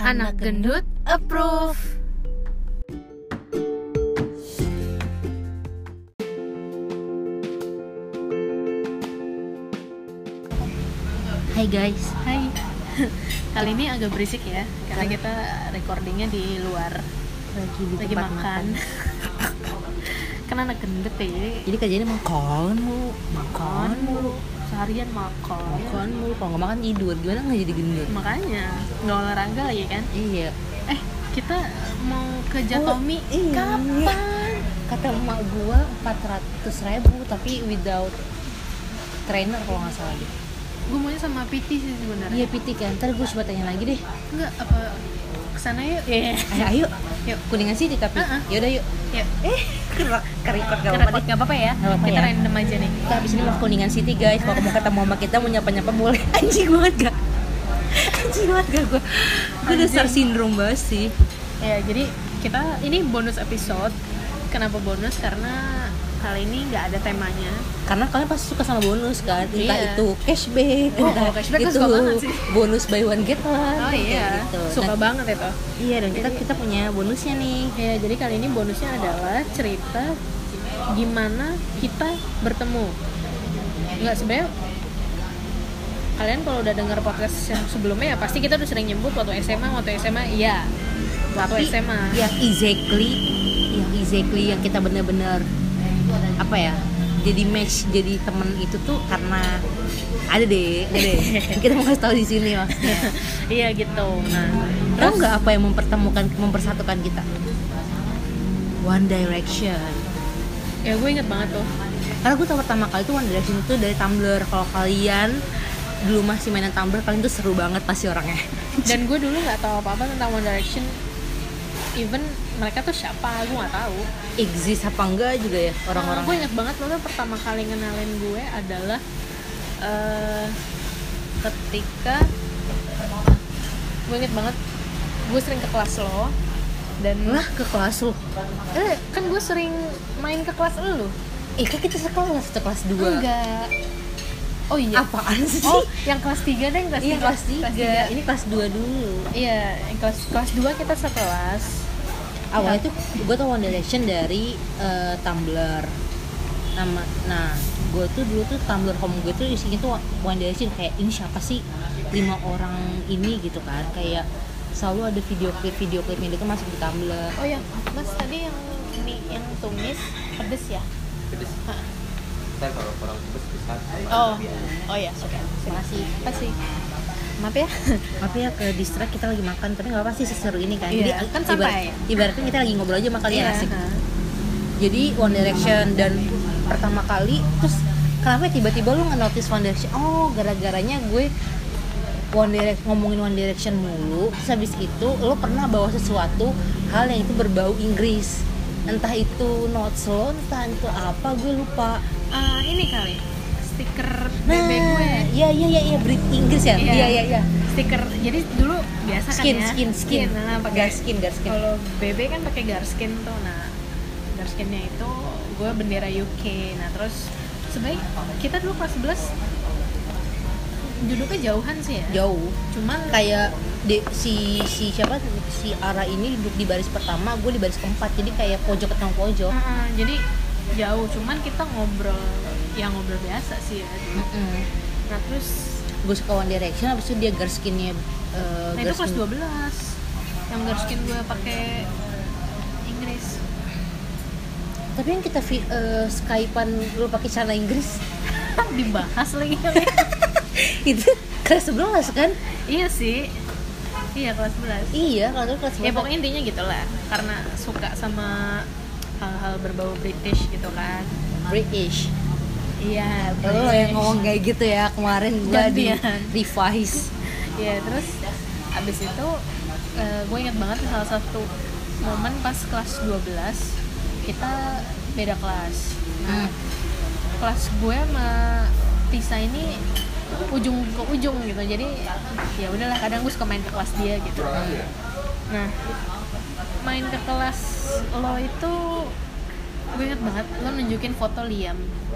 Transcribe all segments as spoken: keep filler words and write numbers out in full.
Anak Gendut Approve. Hai guys. Hai. Kali ini agak berisik ya, karena kita recordingnya di luar, Lagi di lagi tempat makan. Kan anak gendut ya, jadi Jadi kerjanya makan mulu, makan mulu, seharian makan. makan mulu. Kalau nggak makan tidur, gimana nggak jadi gendut? Makanya nggak olahraga lagi kan? Iya. Eh, kita mau ke Jatomi Oh, iya. kapan? Kata emak gua empat ratus ribu tapi without trainer kalau nggak salah deh. Gue maunya sama P T sih sebenarnya. Iya P T kan. Ntar gue coba tanya lagi deh. Enggak, apa kesana yuk? Iya. Ayo, ayo. Yuk. Kuningan City tapi. Uh-uh. Yaudah yuk. Yuk. Eh, kerak kerikot gak Ke apa-apa repot deh. nggak apa-apa ya? Nggak apa-apa Kita ya. random aja nih. Kita abis ini mau ke Kuningan City guys. Kalau mau ketemu sama kita mau nyapa-nyapa boleh. Anjing banget gak? Anjing banget gak gue? Gue dasar Anjing. sindrom banget sih. Ya, jadi kita ini bonus episode. Kenapa bonus? Karena kali ini nggak ada temanya. Karena kalian pasti suka sama bonus kan, entah Iya. itu cashback, Oh, entah cashback gue itu suka banget sih. bonus buy one get one. Oh kayak iya, gitu. suka Dan- banget itu. Iya, dan kita Jadi- kita punya bonusnya nih. Ya, jadi kali ini bonusnya adalah cerita gimana kita bertemu. Nggak, sebenarnya kalian kalau udah dengar podcast yang sebelumnya ya pasti kita udah sering nyebut waktu S M A, waktu S M A, iya. Waktu Tapi S M A. yang exactly, yang exactly yang kita benar-benar apa ya? Jadi match, jadi temen itu tuh karena ada deh, ada deh. Kita mau kasih tahu di sini maksudnya. Iya gitu. Nah, Tahu terus nggak apa yang mempertemukan, mempersatukan kita? One Direction. ya gue inget banget tuh. Karena gue tau pertama kali tuh One Direction itu dari Tumblr. Kalau kalian dulu masih mainan Tumblr, kalian tuh seru banget pasti orangnya. Dan gue dulu nggak tahu apa-apa tentang One Direction. Even mereka tuh siapa, gue nggak tahu. Exist apa enggak juga ya Orang orang-orang. gue inget banget loh, pertama kali ngenalin gue adalah eh, ketika gue inget banget gue sering ke kelas lo dan Lah ke kelas lu. eh, kan gue sering main ke kelas lo. Eh kan kita sekelas, itu kelas dua. Enggak. Oh iya. Apaan sih? Oh, yang kelas tiga deh, yang kelas Iya tiga. kelas tiga. Ini kelas dua dulu. Iya, yang kelas kelas dua kita sekelas. Awalnya tuh gue tau One Direction dari eh, Tumblr. Nama, nah gue tuh dulu tuh Tumblr home gue tuh isinya tuh One Direction. Kayak ini siapa sih lima orang ini gitu kan. Kayak selalu ada video klip video klipnya itu masuk di Tumblr. Oh ya, Mas tadi yang ini yang tumis pedes ya? Pedes. Hah. Ntar kalau kurang pedes bisa. Oh, oh ya, suka. Makasih. Kasih. Maaf ya. Maaf ya ke distract, kita lagi makan tapi nggak apa sih seseru ini kan. Iya, Jadi kan ibarat, santai. ibaratnya kita lagi ngobrol aja sama kalian Iya, asik. ha. Jadi One Direction, dan pertama kali terus kenapa tiba-tiba lu nge-notice One Direction? Oh, gara-garanya gue One Direction, ngomongin One Direction mulu. Terus habis itu lo pernah bawa sesuatu hal yang itu berbau Inggris. Entah itu notes lo, entah itu apa, gue lupa. Ah, ini kali stiker Nah, B B gue. iya iya iya iya Brit Inggris ya. Iya iya iya. Stiker. Jadi dulu biasa Skin kan ya. skin skin. Nah, pakai Garskin garskin. kalau B B kan pakai garskin tuh. Nah, garskinnya itu gue bendera U K. Nah, terus sebenarnya kita dulu kelas sebelas duduknya jauhan sih ya. Jauh. Cuman Kayak di, si si siapa si Ara ini duduk di baris pertama, gue di baris keempat, jadi kayak pojok ketemu pojok. uh-uh, jadi jauh. Cuman kita ngobrol yang ngobrol biasa sih ya. Mm-mm. Nah, terus Gue suka One Direction, habis itu dia garskinnya uh, nah itu kelas dua belas yang garskin gue pakai Inggris. Tapi yang kita vi- uh, skypean lu pakai celana Inggris Dibahas lagi. itu kelas sebelas kan? Iya sih. Iya, kelas sebelas. Iya, kalau itu kelas Ya sebelas. pokoknya intinya gitulah, karena suka sama hal-hal berbau British gitu kan. British. Iya, Lo yang ngomong kayak gitu ya kemarin, gue di Gantian. revise. Iya, terus abis itu eh, gue ingat banget salah satu momen pas kelas dua belas kita beda kelas. Nah, Hmm. kelas gue sama Tisa ini ujung ke ujung gitu, jadi ya udahlah, kadang gue suka main ke kelas dia gitu. Nah, main ke kelas lo itu gue inget banget, lo nunjukin foto Liam.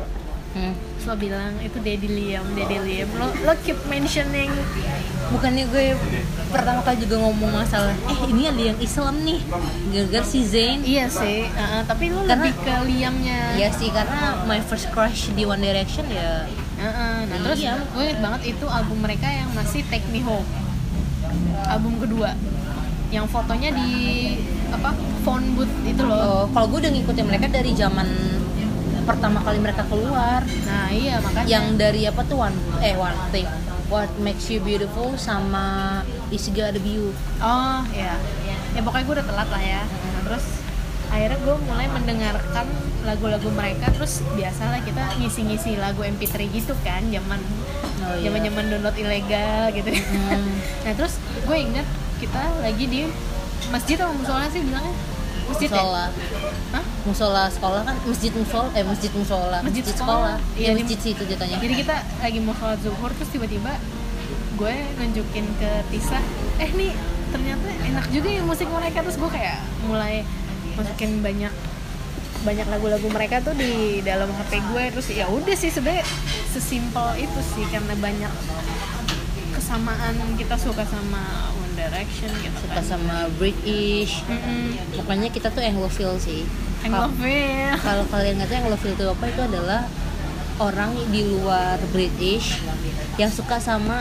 Hmm. Terus lo bilang itu Daddy Liam, Daddy Liam. Lo lo keep mentioning. Bukannya gue pertama kali juga ngomong masalah eh ini ada yang Islam nih gara-gara si Zayn. Iya sih, uh, tapi lo Karena- lebih ke Liamnya. Iya sih, karena my first crush di One Direction ya. Uh-uh. Nah terus Iya. gue inget banget itu album mereka yang masih Take Me Home, album kedua, yang fotonya di apa phone booth itu loh. Oh, kalau gue udah ngikutin mereka dari zaman pertama kali mereka keluar, Nah iya makanya. yang dari apa tuh one eh one thing What Makes You Beautiful sama Is Gotta Be You. Oh ya, ya pokoknya gue udah telat lah ya. Nah, terus akhirnya gue mulai mendengarkan lagu-lagu mereka. Terus biasalah kita ngisi-ngisi lagu M P three gitu kan, zaman Oh, iya. zaman-zaman download ilegal gitu. Hmm. Nah terus gue inget kita lagi di masjid atau musola sih bilangnya? Masjid ya? Musola, Hah? musola sekolah kan, masjid musola, eh masjid musola, Masjid masjid sekolah. sekolah, Iya, ya di- masjid sih itu jatuhnya. Jadi kita lagi mau sholat zuhur, terus tiba-tiba gue nunjukin ke Tisa, eh nih ternyata enak juga ya musik mereka. Terus gue kayak mulai masukin banyak banyak lagu-lagu mereka tuh di dalam H P gue. Terus ya udah sih sebenarnya sesimpel itu sih, karena banyak kesamaan kita suka sama One Direction gitu Suka kan. sama British, Mm-mm. pokoknya kita tuh Anglophile sih. Kalau- Anglophile. Kalau kalian nggak tahu Anglophile itu apa, itu adalah orang di luar British yang suka sama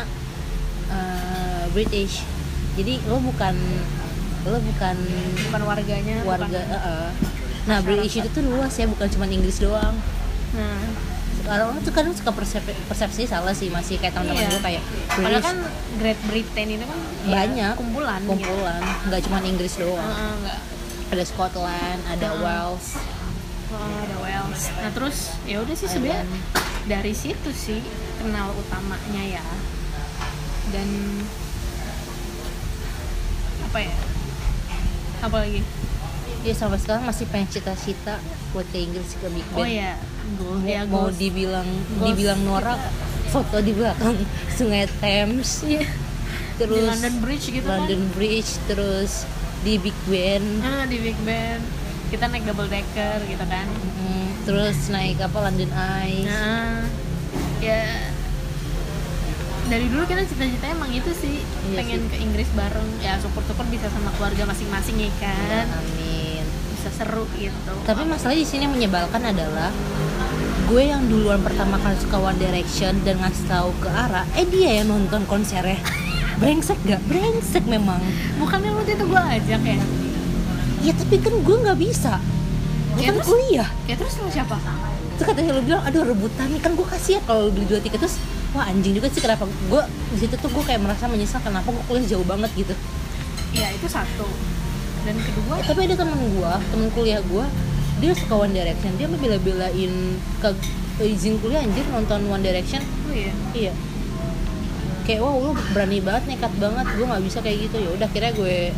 uh, British. Jadi lo bukan lo bukan Bukan warganya, warga. bukan. uh, uh. Nah, British itu tuh luas ya, bukan cuma Inggris doang. Nah, Orang tuh kadang suka persep- persepsi salah sih, masih kayak teman-teman iya. gue kayak Padahal British kan Great Britain itu kan ya, banyak kumpulan, gitu. kumpulan, nggak cuma Inggris doang. Heeh, nggak. Ada Scotland, ada Hmm. Wales. Oh, ada Wales. Nah terus ya udah sih sebenarnya dari situ sih kenal utamanya ya. Dan apa ya? Apa lagi? Dia sampai sekarang masih pengen cita-cita buat ke Inggris, ke Big Oh Band. ya, Ghost. mau, Ya, mau Ghost. dibilang Ghost. dibilang Nora, foto di belakang Sungai Thames, Iya. terus Di London Bridge gitu London Bridge, terus di Big Ben, kan? Ah, di Big Ben. Kita naik double decker gitu kan. mm, terus naik apa London Eye. Nah, ya dari dulu kita cita-citanya emang itu sih, Iya pengen sih. ke Inggris bareng. Ya syukur-syukur bisa sama keluarga masing-masing ya kan. Amin. Bisa seru gitu. Tapi masalahnya di sini yang menyebalkan adalah gue yang duluan pertama kali suka One Direction dan ngasih tahu ke Ara, eh dia yang nonton konsernya. Brengsek gak? Brengsek memang. Bukannya waktu itu gue ajak ya? Ya tapi kan gue nggak bisa. Gue Ya, kan terus? kuliah. Ya terus sama siapa? Terus katanya lo bilang, aduh rebutan nih, kan gue kasih ya kalau beli dua tiket. Terus wah anjing juga sih, kenapa gue di situ tuh gue kayak merasa menyesal kenapa gue kuliah jauh banget gitu. Ya itu satu. Dan kedua, Eh, tapi ada temen gue, temen kuliah gue, dia suka One Direction, dia mah bela-belain ke ke izin kuliah anjir nonton One Direction. oh iya. Iya, kayak wow lu berani banget, nekat banget, gue nggak bisa kayak gitu. Ya udah kira gue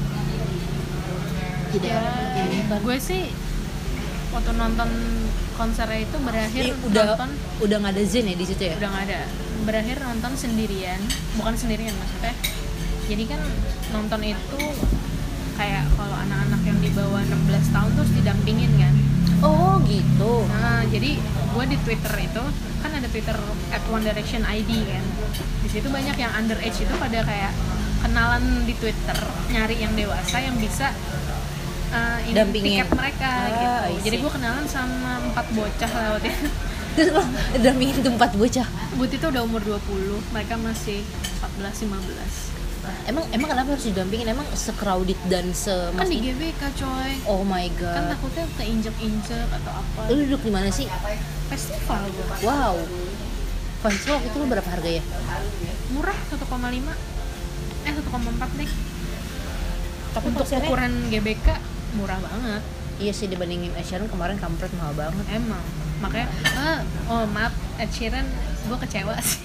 tidak Ya, ini kan. gue sih waktu nonton konsernya itu berakhir Ini udah nonton udah nggak ada Zen ya di situ ya. udah nggak ada. Berakhir nonton sendirian, bukan sendirian maksudnya. Jadi kan nonton itu kayak kalau anak-anak yang di bawah enam belas tahun terus didampingin kan. Oh gitu. Nah, jadi gue di Twitter itu kan ada Twitter at One Direction I D kan. Di situ banyak yang underage itu pada kayak kenalan di Twitter, nyari yang dewasa yang bisa uh, ini Dampingin. tiket mereka Ah, I gitu. see. Jadi gue kenalan sama empat bocah lewat itu. Terus lo dampingin tempat bocah. But itu udah umur dua puluh, mereka masih empat belas lima belas. Emang emang kenapa harus didampingin? Emang se-crowded dan se Kan di masih- G B K coy. Oh my Kan god. takutnya keinjek-injek atau apa. Lu duduk di mana sih? Festival gue. Wow. Festival itu lu berapa harga ya? Murah satu koma lima. Eh satu koma empat deh. Tapi Untuk konsernya- ukuran G B K murah banget. Iya sih, dibandingin Ed Sheeran kemarin kampret mahal banget. Emang. Makanya ah, oh maaf Ed Sheeran gue kecewa sih.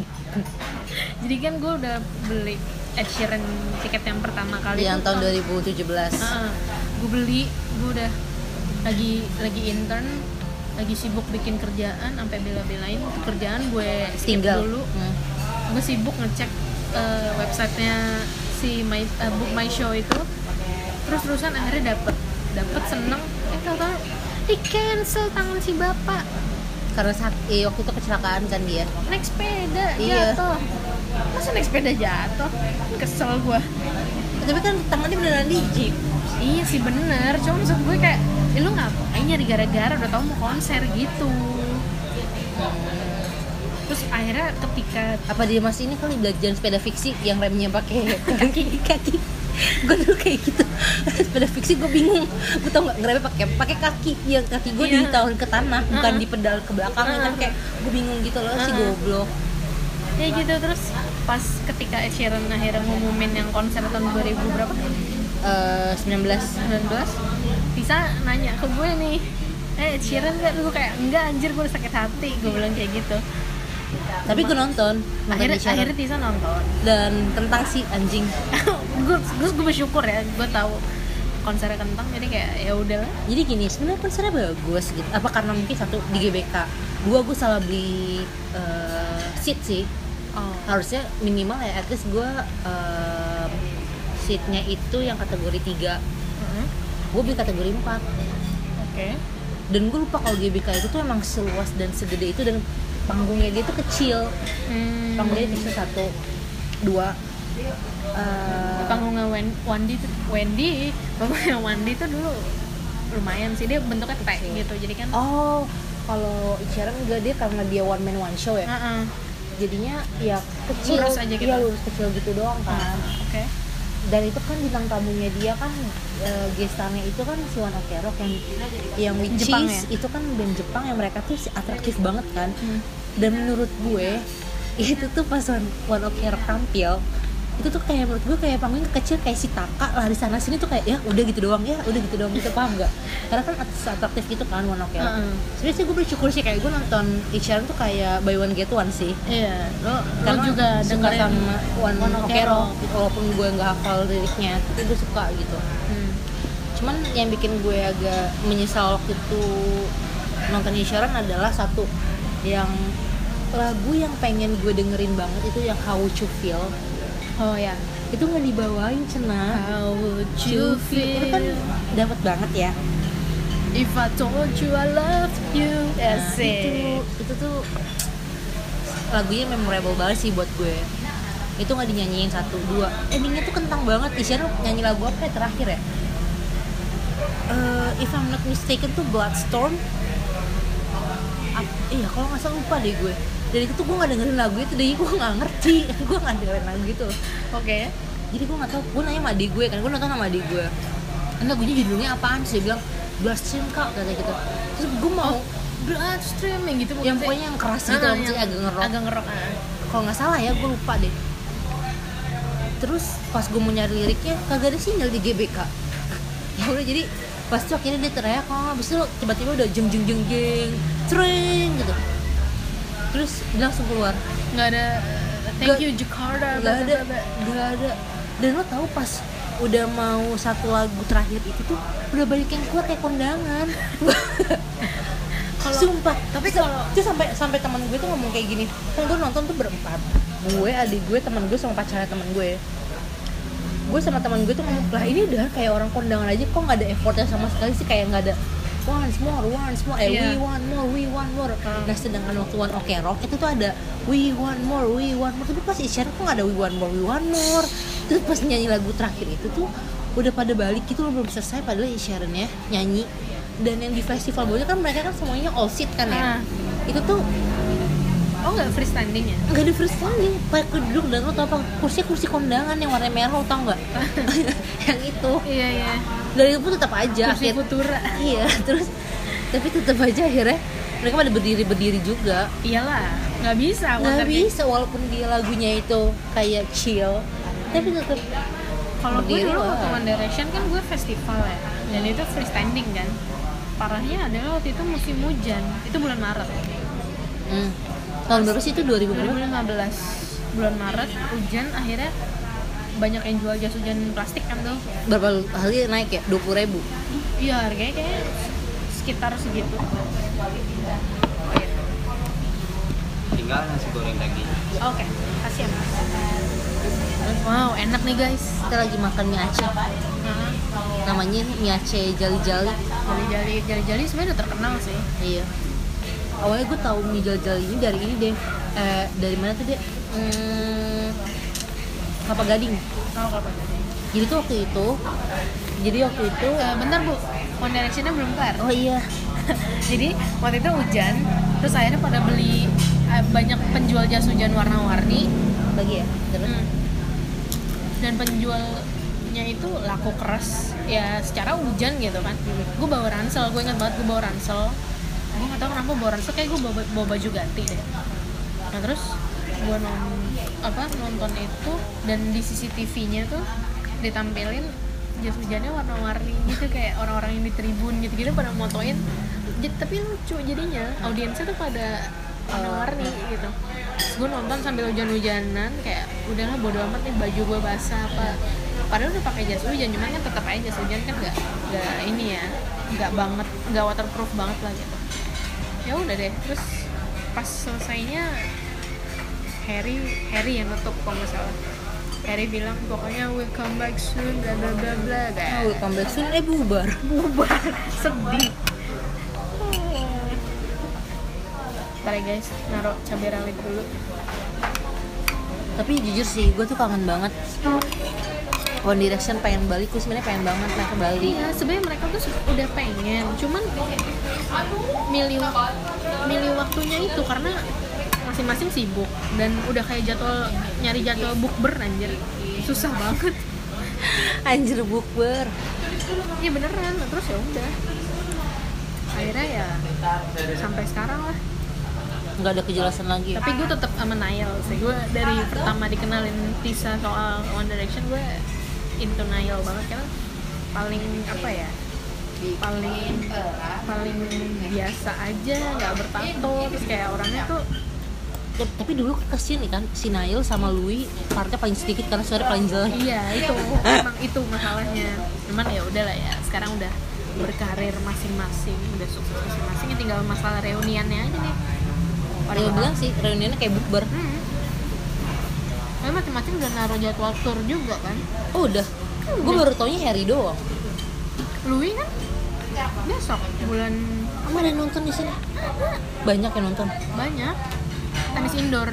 Jadi kan gue udah beli Ed Sheeran tiket yang pertama kali Yang tuh tahun dua ribu tujuh belas. gue beli, gue udah lagi lagi intern, lagi sibuk bikin kerjaan, sampai bela-belain kerjaan gue skip Tinggal. dulu. Hmm. Gue sibuk ngecek eh, websitenya si my, eh, Book My Show itu, terus terusan akhirnya dapet dapet seneng, eh tau tau di cancel tangan si bapak. karena saat eh, waktu itu kecelakaan kan dia. Naik sepeda Iya. jatuh. Masa naik sepeda jatuh? Kesel gua. Tapi kan tangannya beneran di jeep. Iya sih bener, cuma maksud gue kayak eh, lu ngapain nyari gara-gara udah tau mau konser gitu. Terus akhirnya ketika Apa dia masih ini kali belajar sepeda fiksi yang remnya pakai kaki kaki. Gue dulu kayak gitu. Sepeda fiksi gue bingung. Gue tau nggak ngeremnya pakai pakai kaki yang kaki gue Iya. ditaruh ke tanah, bukan Uh-uh. di pedal ke belakang. Uh-uh. Kan kayak gue bingung gitu loh si Uh-uh. goblok. ya gitu, terus pas ketika Ed Sheeran akhirnya ngumumin yang konser tahun dua ribu berapa? Eh, sembilan belas sembilan belas. Tisa nanya ke gue nih, eh Ed Sheeran gak? Gue kayak, enggak anjir gue udah sakit hati, gue bilang kayak gitu. Tapi gue nonton, nonton Akhirnya, Ed Sheeran. akhirnya Tisa nonton. Dan tentang si anjing. gue gue gue bersyukur ya, gue tahu konsernya kentang, jadi kayak ya udahlah. Jadi gini, sebenarnya konsernya bagus gitu. Apa karena mungkin satu di G B K, dua gue salah beli eh, seat sih. Oh. Harusnya minimal ya, at least gue uh, seatnya itu yang kategori tiga, Mm-hmm. gue beli kategori empat. Oke. Dan gue lupa kalau G B K itu tuh emang seluas dan segede itu, dan panggungnya dia tuh kecil. Hmm. Panggungnya kecil satu, dua. Uh, Panggungnya Wen- Wendy tuh Wendy, panggungnya Wendy tuh dulu lumayan sih, dia bentuknya T gitu, jadi kan. oh, kalau Sharon enggak, dia karena dia one man one show ya. Uh-uh. Jadinya ya kecil, Lurus aja gitu. iya lurus kecil gitu doang kan. Oke. Dan itu kan bintang tamunya dia kan e, gestarnya itu kan si One Ok Rock yang yang which Jepang is ya? itu kan band Jepang yang mereka tuh atraktif banget kan. Hmm. Dan menurut gue itu tuh pas One, One Ok Rock tampil, itu tuh kayak menurut gue kayak panggung kecil kayak si Taka lah di sana sini tuh kayak ya udah gitu doang, ya udah gitu doang gitu, paham nggak? Karena kan atraktif gitu kan One Ok Rock. Uh-uh. Sebenarnya sih gue bersyukur sih, kayak gue nonton Ed Sheeran tuh kayak buy one get one sih. Iya, lo, lo Karena juga suka dengerin sama One, One Ok Ok Rock Rock. gitu, walaupun gue nggak hafal liriknya, tapi gue suka gitu. Hmm. Cuman yang bikin gue agak menyesal waktu itu nonton Ed Sheeran adalah satu, yang lagu yang pengen gue dengerin banget itu yang How Would You Feel, Oh ya. itu nggak dibawain Cena. How would you itu kan feel dapat banget ya. if I told you I love you? Nah, Asik. itu itu tuh lagunya memorable banget sih buat gue. Itu nggak dinyanyiin satu dua, endingnya tuh kentang banget. Ed Sheeran nyanyi lagu apa ya terakhir ya? Uh, if I'm not mistaken tuh Bloodstorm. Ap- iya kalau nggak salah, lupa deh gue. Dari itu tuh gue nggak dengerin lagu itu, jadi gue nggak ngerti. Gue nggak dengerin lagu itu. Oke. Jadi gue nggak tahu. Gue nanya sama adik gue kan, gue nonton sama adik gue. Kan lagunya judulnya apaan sih? Dia bilang Bloodstream kak, kata gitu. Terus gue mau Bloodstream yang gitu bukan yang sih? pokoknya yang keras gitu, Ah, loh, maksudnya yang agak ngerok. Agak ngerok. Ah. Kalau nggak salah ya, gue lupa deh. Terus pas gue mau nyari liriknya kagak ada sinyal di G B K. Ya udah, jadi pas itu akhirnya dia teriak, oh abis itu tiba-tiba udah jeng jeng jeng jeng sering gitu. Terus dia langsung keluar. Nggak ada uh, thank Nggak- you Jakarta. Gak ada, bla, bla, bla. gak ada. Dan lo tahu pas udah mau satu lagu terakhir itu tuh udah banyak yang keluar kayak kondangan. Kalau- Sumpah. tapi Terus- kalau- terus sampai sampai teman gue tuh ngomong kayak gini. Kan gue nonton tuh berempat. Gue, adik gue, teman gue sama pacarnya teman gue. Gue sama teman gue tuh ngomong, lah ini udah kayak orang kondangan aja, kok nggak ada effortnya sama sekali sih, kayak nggak ada once more, once more, eh Iya. we want more, we want more. Hmm. Nah sedangkan waktu One Ok Rock itu tuh ada we want more, we want more. Tapi pas Ed Sheeran kok nggak ada we want more, we want more. Terus pas nyanyi lagu terakhir itu tuh udah pada balik gitu loh, belum selesai padahal Ed Sheeran ya nyanyi. Dan yang di festival Boja kan mereka kan semuanya all seat kan ya. Ah. Itu tuh Oh nggak freestanding ya? nggak ada freestanding, pakai duduk, dan lo tau apa, kursi kursi kondangan yang warna merah, lo tau nggak? Yang itu. Iya iya. Dan itu pun tetap aja Kursi akhir- Futura. iya, terus tapi tetap aja akhirnya mereka pada berdiri berdiri juga. Iyalah, nggak bisa. Nggak konser bisa walaupun dia lagunya itu kayak chill, tapi tetap. Kalau gue berdiri dulu lah. waktu One Direction kan gue festival ya, dan itu freestanding kan. Parahnya adalah waktu itu musim hujan, itu bulan Maret Hmm. Tahun berapa sih itu? dua ribu dua ribu berapa? lima belas. Bulan Maret hujan, akhirnya banyak yang jual jas hujan plastik kan tuh. Berapa kali naik ya? dua puluh ribu. Iya harganya kayak sekitar segitu. Tinggal nasi goreng daging. Oke, kasih ya mas. Wow, enak nih guys. Kita lagi makan mie Aceh. Nah, Namanya mie Aceh jali-jali. jali-jali, jali-jali sebenarnya udah terkenal sih. Iya. awalnya gue tahu mie jal-jal ini dari ini deh, eh dari mana tuh deh, hmm, Kelapa Gading. Oh, Kelapa Gading. Jadi tuh waktu itu, jadi waktu itu, Uh, bentar bu, One Direction-nya belum kelar. oh iya, Jadi waktu itu hujan, terus akhirnya pada beli uh, banyak penjual jas hujan warna-warni. lagi ya, terus. Hmm. Dan penjualnya itu laku keras ya secara hujan gitu kan. Gue bawa ransel, gue ingat banget gue bawa ransel. Gue nggak tahu kenapa bawa ransel, kayak gue bawa, bawa baju ganti deh. Nah terus gue nonton apa nonton itu, dan di C C T V-nya tuh ditampilin jas hujannya warna-warni gitu, kayak orang-orang yang di tribun gitu-gitu pada motoin. J- tapi lucu jadinya, audiensnya tuh pada warna-warni gitu. Terus gue nonton sambil hujan-hujanan, kayak udahlah bodo amat nih baju gue basah apa. Padahal udah pakai jas hujan, cuman kan tetap aja jas hujan kan nggak nggak ini ya, nggak banget, nggak waterproof banget lah gitu. Ya udah deh, terus pas selesainya Harry Harry yang nutup kalau nggak salah. Harry bilang pokoknya we'll come back soon, bla bla bla bla. Oh, welcome back soon, eh bubar. Bubar, sedih. Ntar ya guys, naruh cabai rawit dulu. Tapi jujur sih, gue tuh kangen banget. One Direction pengen balik, gue sebenarnya pengen banget mereka balik. Iya, sebenarnya mereka tuh udah pengen, cuman milih milih waktunya itu karena masing-masing sibuk dan udah kayak jadwal nyari jadwal bukber anjir. Susah banget. Anjir bukber. Iya beneran, terus ya udah. Akhirnya ya sampai sekarang lah. Nggak ada kejelasan lagi. Tapi gue tetap sama Niall sih. Gue dari pertama dikenalin Tisa soal One Direction, gue into Niall banget karena paling apa ya, paling paling biasa aja, nggak bertato, terus kayak orangnya tuh. Tapi dulu kesian nih kan, si Niall sama Louis partnya paling sedikit karena suara paling jelek. Iya itu emang itu masalahnya. Cuman ya udahlah ya, sekarang udah berkarir masing-masing, udah sukses masing-masing, ya tinggal masalah reuniannya aja nih. Pada gue bilang sih reuniannya kayak bukber. Hmm. Tapi macam-macam udah naruh jadwal tour juga kan. Oh udah. Hmm, Gue baru taunya Harry doang. Louis kan besok bulan Kamu ada yang nonton di sini? Banyak yang nonton. banyak tenis indoor.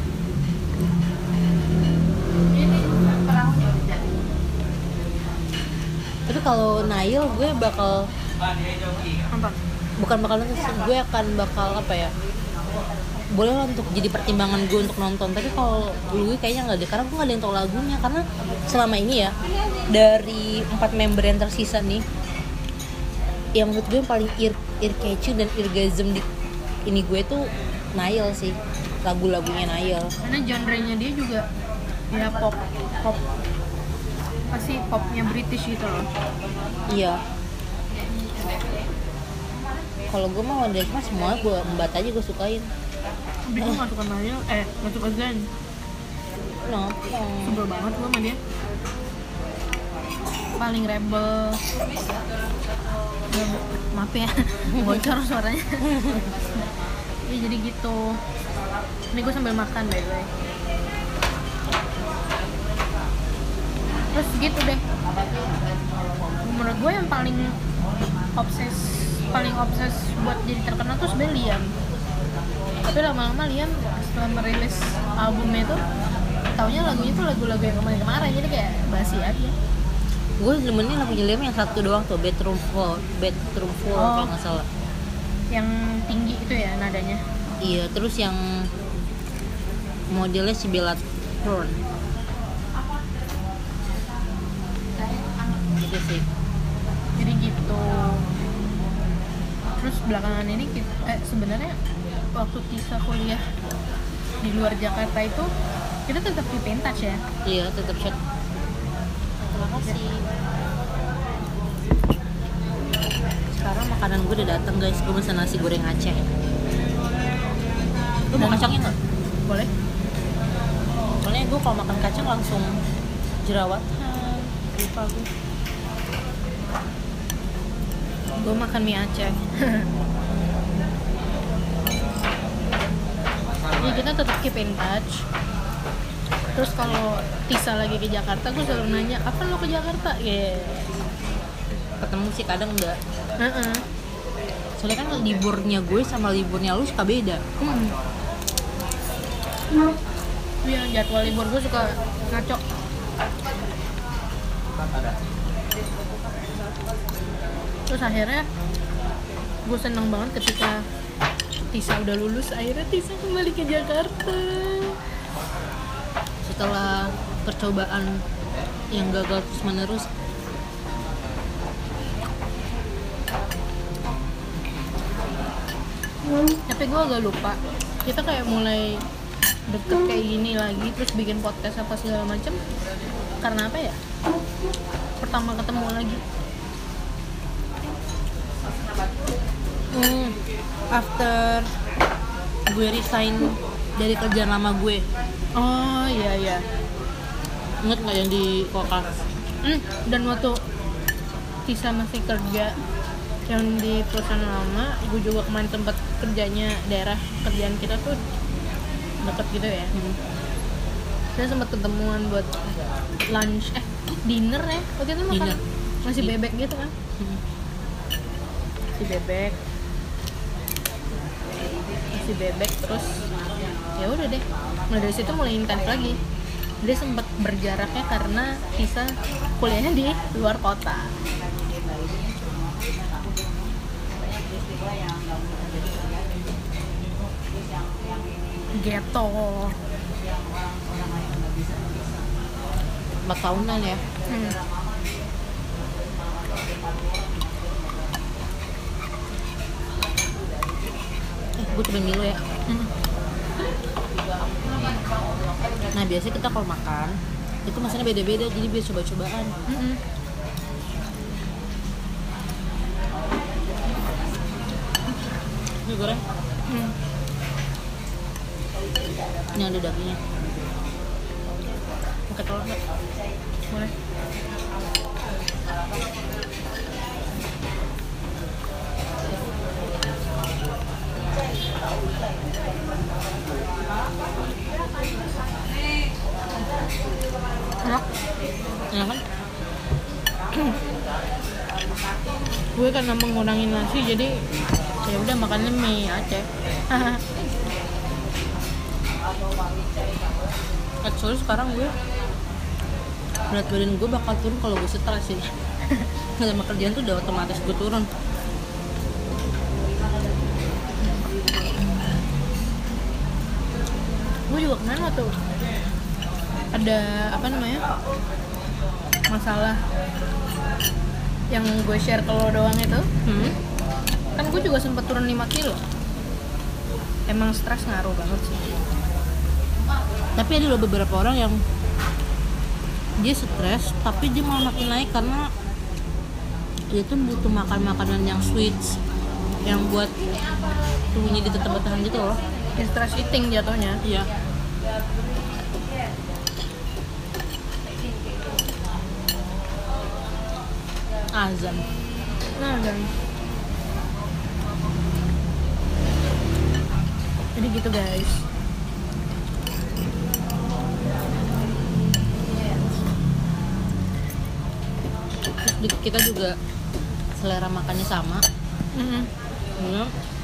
Tapi kalau Niall gue bakal Nonton. bukan bakal nonton sih, gue akan bakal apa ya? Boleh lah untuk jadi pertimbangan gue untuk nonton. Tapi kalau Louis kayaknya nggak deh, karena gue nggak ada yang tahu lagunya. Karena selama ini ya, dari empat member yang tersisa nih, yang menurut gue yang paling ear, ear catchy dan eargasm di ini gue tuh Niall sih, lagu-lagunya Niall. Karena genre-nya dia juga ya pop pop pasti popnya British gitu loh. Iya. Kalau gue mah One Direction semua gue embat aja gue sukain. Tapi gue gak suka Niall, eh gak suka Zayn. Kenapa? Sebel banget gue sama dia. Paling rebel. Ya, maaf ya, bocor suaranya. Ya jadi gitu. Ini gue sambil makan by the way. Terus gitu deh. Menurut gue yang paling obses, paling obses buat jadi terkenal tuh sebenarnya Liam. Tapi lama-lama Liam setelah merilis albumnya itu, taunya lagunya tuh lagu-lagu yang kemarin-kemarin, jadi kayak basi aja. Gue demennya lagunya Liam yang satu doang tuh, Bedroom Floor, Bedroom Floor Oh. kalau nggak salah. Yang tinggi itu ya nadanya. Iya, terus yang modelnya si Bella Thorne. Gitu sih. Jadi gitu. Terus belakangan ini kita, eh sebenarnya waktu Tisa kuliah di luar Jakarta itu kita tetap keep in touch ya. Iya, tetap chat. Terima kasih. Sekarang makanan gue udah datang guys, gue pesan nasi goreng Aceh. Lu mau Dan- kacangnya nggak? Boleh? Soalnya gue kalau makan kacang langsung jerawat. Lupa gue. Gue makan mie Aceh. Jadi kita tetap keep in touch. Terus kalau Tisa lagi ke Jakarta, gue selalu nanya, kapan lo ke Jakarta? Yeah. Ketemu sih kadang enggak. Heeh. soalnya kan liburnya gue sama liburnya lu suka beda. Hmm. Iya, jadwal libur gue suka ngaco. Terus akhirnya gue seneng banget ketika Tisa udah lulus, akhirnya Tisa kembali ke Jakarta. Setelah percobaan yang gagal terus menerus, Tapi gue agak lupa, kita kayak mulai deket kayak gini lagi, terus bikin podcast apa segala macem. Karena apa ya? Pertama ketemu lagi. hmm, after gue resign dari kerjaan lama gue, Oh iya iya. inget nggak yang di Kokas? Hmm, dan waktu Tisa masih kerja yang di perusahaan lama, gue juga kemarin tempat kerjanya daerah kerjaan kita tuh deket gitu ya. Hmm. Saya sempat ketemuan buat lunch, eh dinner ya waktu itu makan Dinner. masih Di- bebek gitu kan, Hmm. masih bebek, masih bebek terus ya udah deh. Nah dari situ mulai intens lagi. Dia sempat berjaraknya karena Tisa kuliahnya di luar kota. Gitu. Empat tahunan ya. Hmm. Eh, gue coba Milo ya. Hmm. Nah biasanya kita kalau makan itu masalahnya beda-beda, jadi biar coba-cobaan. Mm-mm. Ini goreng. Hmm. Ini ada dagingnya. Pakai telur nggak? Boleh. Enak. Enak kan? Gue karena mengurangi nasi jadi ya udah makannya mie Aceh. Actually sekarang gue berat badan gue bakal turun kalau gue stres sih. Sama kerjaan tuh udah otomatis gue turun. Gue juga kemarin waktu ada apa namanya masalah yang gue share ke lo doang itu, Hmm? kan gue juga sempat turun lima kilo. Emang stres ngaruh banget sih. Tapi ada loh beberapa orang yang dia stres tapi dia malah makin naik karena dia tuh butuh makan makanan yang sweets yang buat tubuhnya dia tetap bertahan gitu loh. Ya, stress eating jatuhnya. Iya. Azan. Nah dan jadi gitu guys. Terus di- kita juga selera makannya sama. Mm-mm. Ya.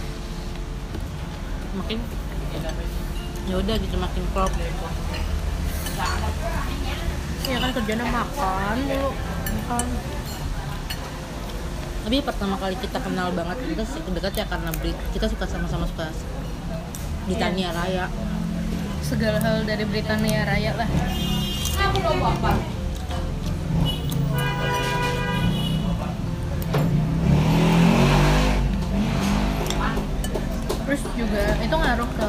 Makin ya udah gitu makin klop. Ya kan kerjanya makan mulu, makan. Tapi pertama kali kita kenal banget kita sih dekat ya karena Brit. Kita suka sama-sama suka di Tania Raya. Segala hal dari Britania Raya lah. Terus juga itu ngaruh ke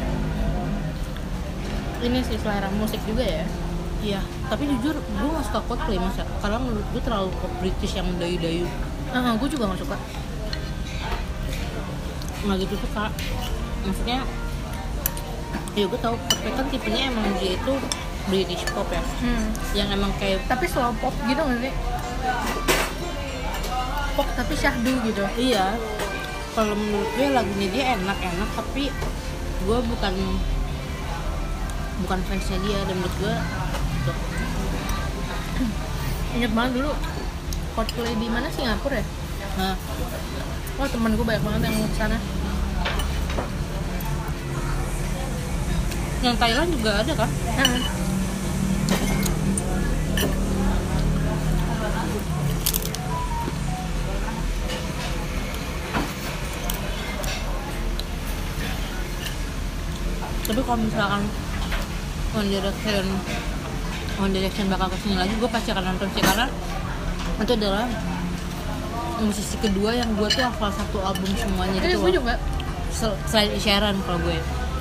ini sih selera musik juga ya. Iya, tapi jujur gue gak suka Coldplay masa karena menurut gue terlalu pop British yang mendayu-dayu. Ah, gue juga gak suka. Nggak gitu suka. Maksudnya ya gue tau Coldplay kan tipenya emang dia itu British pop ya, Hmm. yang emang kayak Tapi slow pop gitu gak sih? Pop tapi syahdu gitu. iya. Kalau menurut gue lagunya dia enak-enak tapi gue bukan bukan fansnya dia dan menurut gue tuh. Ingat banget dulu Coldplay di mana, Singapura ya? Nah, Wah temen gue banyak banget yang mau kesana. yang Thailand juga ada kan? Nah, Tapi kalau misalkan One Direction One Direction bakal kesini lagi, gue pasti akan nonton sih, karena itu adalah musisi kedua yang gue tuh hafal satu album semuanya ini gitu gue loh. juga. Sel- Selain Sharon kalau gue.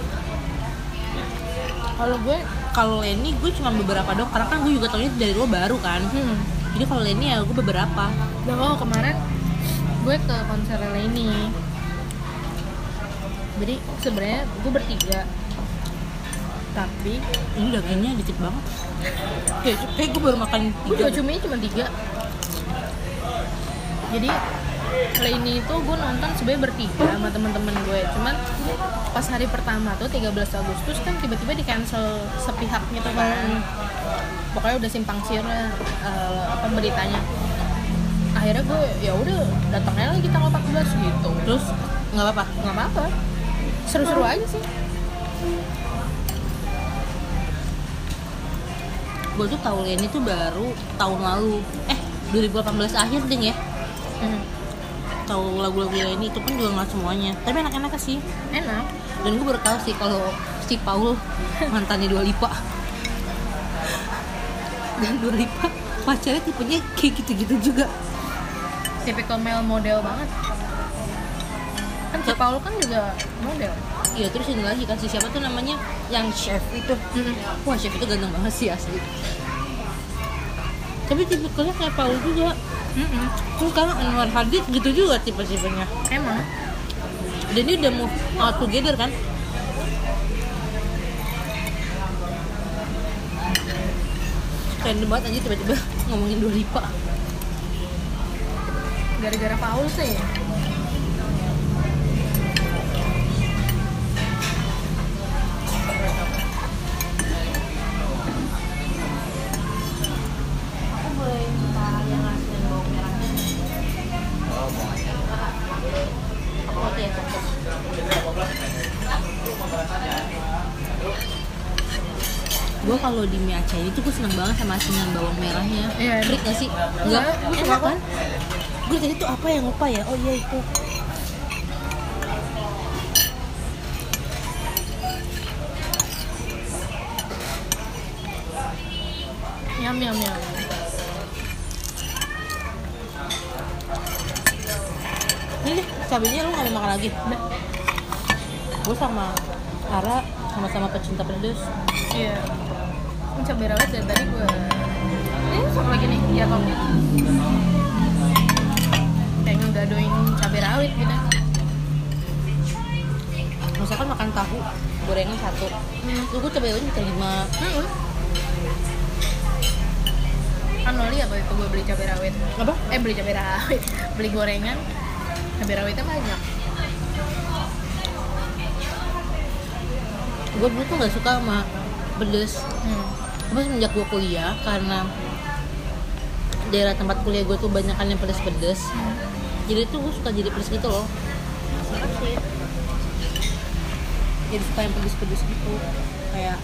Kalau gue, Kalau Lenny gue cuma beberapa dong, karena kan gue juga taunya dari lo baru kan. hmm. Jadi kalau Lenny ya gue beberapa. Oh kemarin gue ke konser ini. Jadi sebenarnya gue bertiga, tapi Ini dagingnya dikit banget. Kayak, kayak gue baru makan gue tiga. juga cuminya cuma tiga. Jadi ini itu gue nonton sebenarnya bertiga sama teman-teman gue. Cuman pas hari pertama tuh tiga belas Agustus kan tiba-tiba di cancel sepihak gitu kan. Pokoknya udah simpang siurnya uh, apa beritanya. Akhirnya gue ya udah datangnya lagi tanggal empat belas gitu. Terus nggak apa-apa. Nggak apa-apa. Seru-seru aja sih. Gue tuh tahu Lenny tuh baru tahun lalu. Eh dua ribu delapan belas akhir ding ya. Hmm. Tahu lagu-lagu Lenny itu pun juga nggak semuanya. Tapi enak-enak sih. Enak. Dan gue baru tahu sih kalau si Paul mantannya Dua Lipa. Dan Dua Lipa pacarnya tipenya kayak gitu-gitu juga. Tipikal male model banget. Kan si Paul kan juga model. Iya, terus ini lagi kan si siapa tuh namanya yang chef itu. Mm-mm. Wah, chef itu ganteng banget sih asli. Tapi tipikalnya kayak Paul juga. Mm-mm. Terus sekarang Anwar Hadid gitu juga tipe-tipenya. Emang. Dan dia udah move out together kan? Random banget aja tiba-tiba ngomongin Dua Lipa. Gara-gara Paul sih. Aku boleh minta yang asli bawang merahnya. Oh, mau aja. Apa waktu ya? Gue kalau di mie Aceh itu gue seneng banget sama asinan bawang merahnya. Iya, Pelik gak sih? Enggak, Enggak, gue suka enak kok. kan? Gue tadi tuh apa yang lupa ya? Oh iya itu. Yum yum yum. Ini nih, cabenya lu gak mau makan lagi? Udah. Gue sama Ara sama-sama pecinta pedas. Iya. Ini cabai rawit dari tadi gue. Ini satu lagi nih, ya Tom. Kayak ngegadoin cabai rawit gitu. Misalkan makan tahu, gorengan satu. Hmm. Lu gue cabai rawit bisa lima. Hmm. Kan lo lihat waktu itu gue beli cabai rawit. Apa? Eh beli cabai rawit, beli gorengan. Cabai rawitnya banyak. Gue dulu tuh gak suka sama pedas. Hmm. Tapi semenjak gue kuliah, karena daerah tempat kuliah gue tuh banyak kan yang pedas-pedas. Hmm. Jadi tuh gue suka jadi pedas gitu loh. Jadi suka yang pedas-pedas gitu. Kayak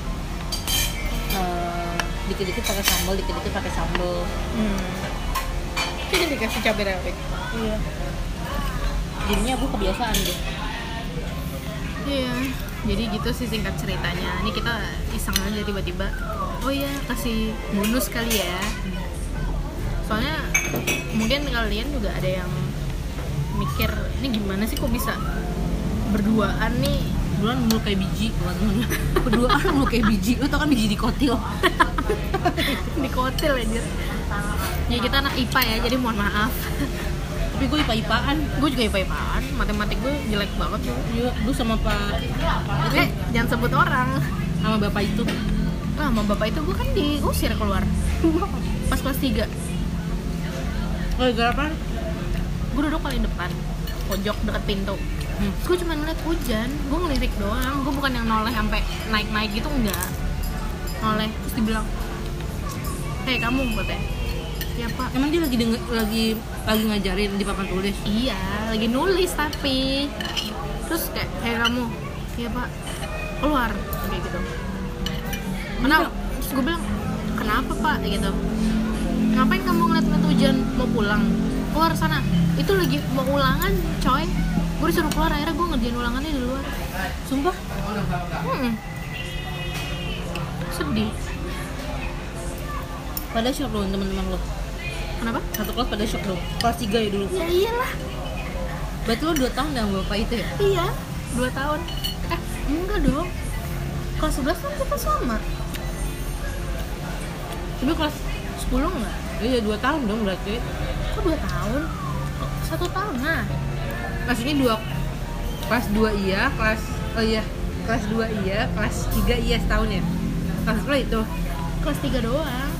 eh, dikit-dikit pakai sambal, dikit-dikit pakai sambal. Hmm. Jadi dikasih cabai rawit. Iya. Jadinya gue kebiasaan deh. Iya. Jadi gitu sih singkat ceritanya. Ini kita iseng aja tiba-tiba. Oh iya, kasih bonus kali ya. Soalnya mungkin kalian juga ada yang mikir, ini gimana sih kok bisa berduaan nih? Berduaan mulu kayak biji, berduaan mulu kayak biji. Lo tau kan biji dikotil? Di kotil ya dia. Ya kita anak I P A ya, jadi mohon maaf. Tapi gue I P A-I P-aan. Gue juga I P A-I P-aan, matematik gue jelek banget tuh. Iya, gue sama Pak itu, Eh, jangan sebut orang. sama Bapak itu. Lah, sama bapak itu gue kan diusir keluar. Pas kelas tiga. Oh, gara apa? Gue duduk paling depan, pojok dekat pintu. Hmm. Terus gue cuma ngeliat hujan, gue ngelirik doang. Gue bukan yang noleh sampai naik-naik gitu, enggak. Noleh, terus dibilang, hei kamu, katanya, ya pak. Emang dia lagi denger, lagi lagi ngajarin di papan tulis? Iya, lagi nulis tapi terus kayak kayak kamu, iya pak, keluar kayak gitu. Kenapa? Terus gue bilang, kenapa pak? Gitu. Ngapain kamu ngeliat-ngeliat hujan? Mau pulang? Keluar sana. Itu lagi mau ulangan, coy. Gue disuruh keluar, akhirnya gue ngerjain ulangannya di luar. Sumpah? Hmm. Sedih. Pada shock dong teman-teman lo. Kenapa? Satu kelas pada shock dong. Kelas tiga ya dulu. Ya iyalah. Berarti lo dua tahun dengan bapak itu ya? Iya, dua tahun. Eh, enggak dong. Kelas sebelas kan kita sama. Tapi kelas sepuluh enggak? iya dua tahun dong berarti. Kok dua tahun? Satu tahun nah. Maksudnya dua kelas dua iya, kelas oh iya, kelas dua iya, kelas tiga iya setahun ya. Kelas berapa itu? Kelas tiga doang.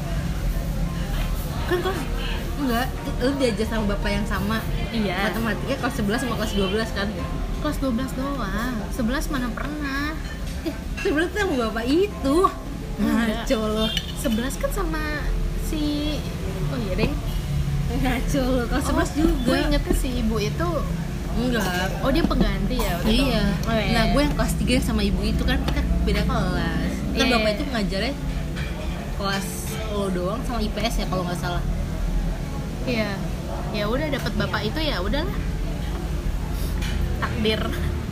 Kan kelas enggak, lu diajar sama bapak yang sama. Iya. Matematika kelas sebelas sama kelas dua belas kan. Kelas dua belas doang. sebelas mana pernah. Eh, sebelas tuh sama bapak itu. Enggak. Ngaco lo. sebelas kan sama si oh iya deng. Ngaco lo. Kelas sebelas juga. Gue ingetnya si ibu itu. Enggak. Oh dia pengganti ya waktu itu? Iya. Oh, iya. Nah, gue yang kelas tiga sama ibu itu kan kan beda kelas. Kan Iya. bapak itu ngajarnya kelas lo doang sama I P S ya kalau nggak salah. Iya. Ya udah dapat bapak itu ya udahlah. Takdir.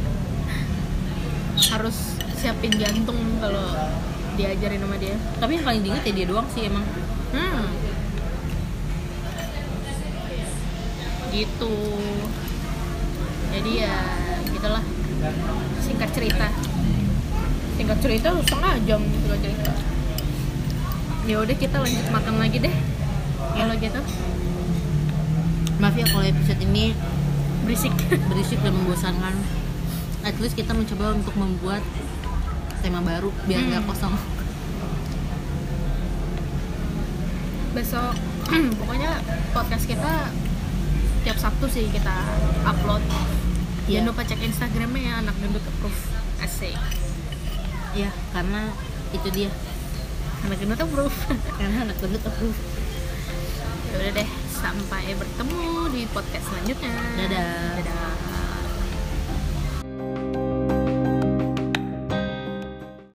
Harus siapin jantung kalau diajarin sama dia. Tapi yang paling diinget ya dia doang sih emang. Hmm. Gitu. Jadi ya gitulah. Singkat cerita. Singkat cerita setengah jam singkat cerita. Ya udah kita lanjut makan lagi deh. Kalau gitu Maaf ya kalau episode ini berisik. berisik dan membosankan. At least kita mencoba untuk membuat tema baru biar nggak Hmm. kosong. Besok pokoknya podcast kita tiap Sabtu sih kita upload. Iya. Jangan lupa cek Instagramnya ya, anak gendut approve. Asik. Ya karena itu dia, Anak gendut approve. karena anak gendut approve. Ya udah deh, sampai bertemu di podcast selanjutnya. Dadah. Dadah.